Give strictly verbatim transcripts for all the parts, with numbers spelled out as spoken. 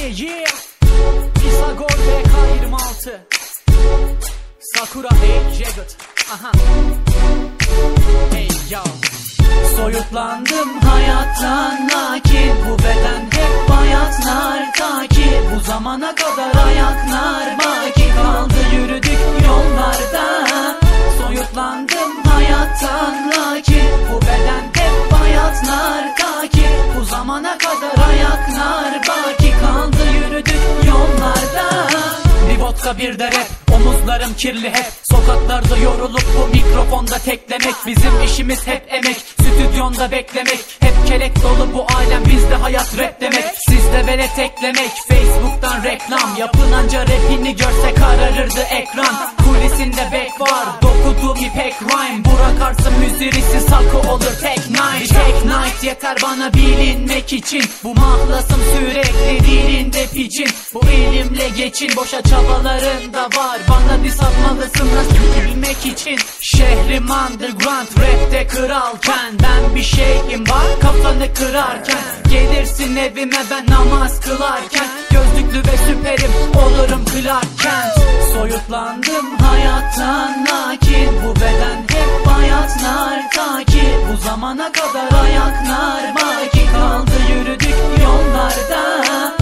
Yeah yeah Pisagor B K yirmi altı Sakura Hey Jagged. Aha. Hey yo. Soyutlandım hayattan, lakin bu beden hep bayatlar. Ta ki bu zamana kadar ayaklar baki kaldı, yürüdük yollarda. Soyutlandım hayattan, lakin bu beden hep bayatlar. Ta ki bu zamana kadar ayaklar baki kaldı, yürüdük yollarda. Bir vodka bir de rap, omuzlarım kirli hep. Sokaklarda yorulup bu mikrofonda teklemek. Bizim işimiz hep emek, stüdyonda beklemek. Hep kelek dolu bu alem, bizde hayat rap demek. Sizde velet eklemek, Facebook'tan reklam. Yapın anca rapini görse kararırdı ekran. Kulisinde bek var, dokuduğum ipek rhyme. Burak Arsın müzirisi sakı olur tek night. Bir tek night yeter bana bilinmek için. Bu mahlasım sürekli dilinde piçin. Bu elimle geçin, boşa çabaların da var. Bana dis atmalısın nasıl bilmek için. Şehrim underground, rapte kralken. Ben bir şeyim bak kafanı kırarken. Gelirsin evime ben namaz kılarken. Gözlüklü ve süperim olurum Clark Kent. Soyutlandım hayattan, lakin bu beden hep bayatlar. Ta ki bu zamana kadar ayaklar baki kaldı, yürüdük yollarda.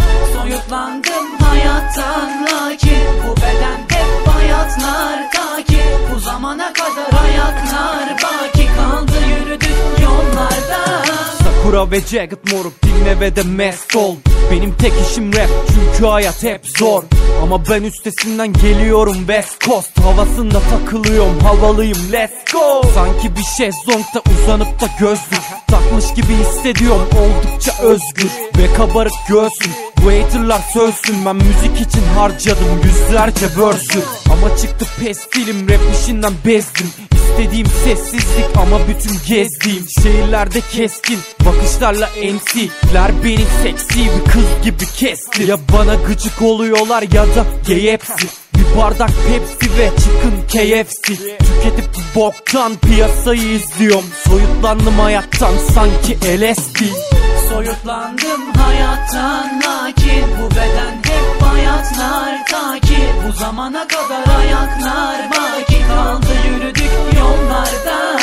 Soyutlandım hayattan, lakin bu beden hep bayatlar. Ta ki bu zamana kadar ayaklar baki kaldı, yürüdük yollarda. Sakura ve Jagged moruk dinle ve de mest ol. Benim tek işim rap çünkü hayat hep zor. Ama ben üstesinden geliyorum West Coast. Havasında takılıyorum, havalıyım let's go. Sanki bir şezlongda uzanıp da gözlük takmış gibi hissediyorum, oldukça özgür ve kabarık göğsüm. Bu haterlar sözsün, ben müzik için harcadım yüzlerce verse'ü. Ama çıktı pestilim, rap işinden bezdim. İstediğim sessizlik ama bütün gezdiğim şehirlerde keskin bakışlarla M C'ler beni seksi bir kız gibi kesti. Ya bana gıcık oluyorlar ya da gay hepsi. Bir bardak Pepsi ve çıkın K F C. Tüketip bu boktan piyasayı izliyorum. Soyutlandım hayattan sanki L S D. Soyutlandım hayattan, lakin bu beden hep bayatlar. Ta ki bu zamana kadar ayaklar baki kaldı, yürüdük yollarda.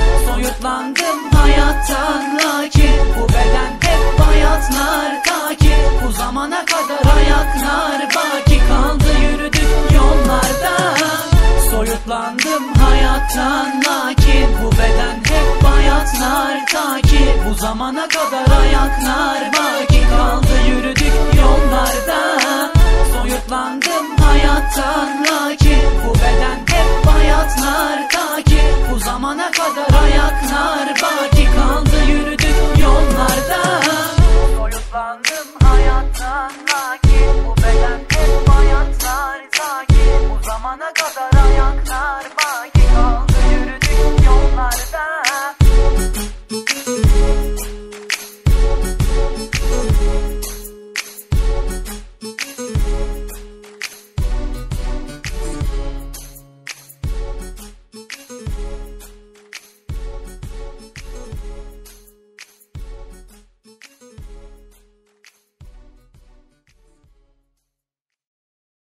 Soyutlandım hayattan, lakin bu beden hep bayatlar. Ta ki bu zamana kadar ayaklar baki kaldı, yürüdük yollarda. Soyutlandım hayattan, lakin bu beden hep bayatlar. Ta ki bu zamana kadar ayaklar baki kaldı, yürüdük yollarda. Soyutlandım hayattan, lakin bu beden hep bayatlar. Ta ki bu zamana kadar ayaklar baki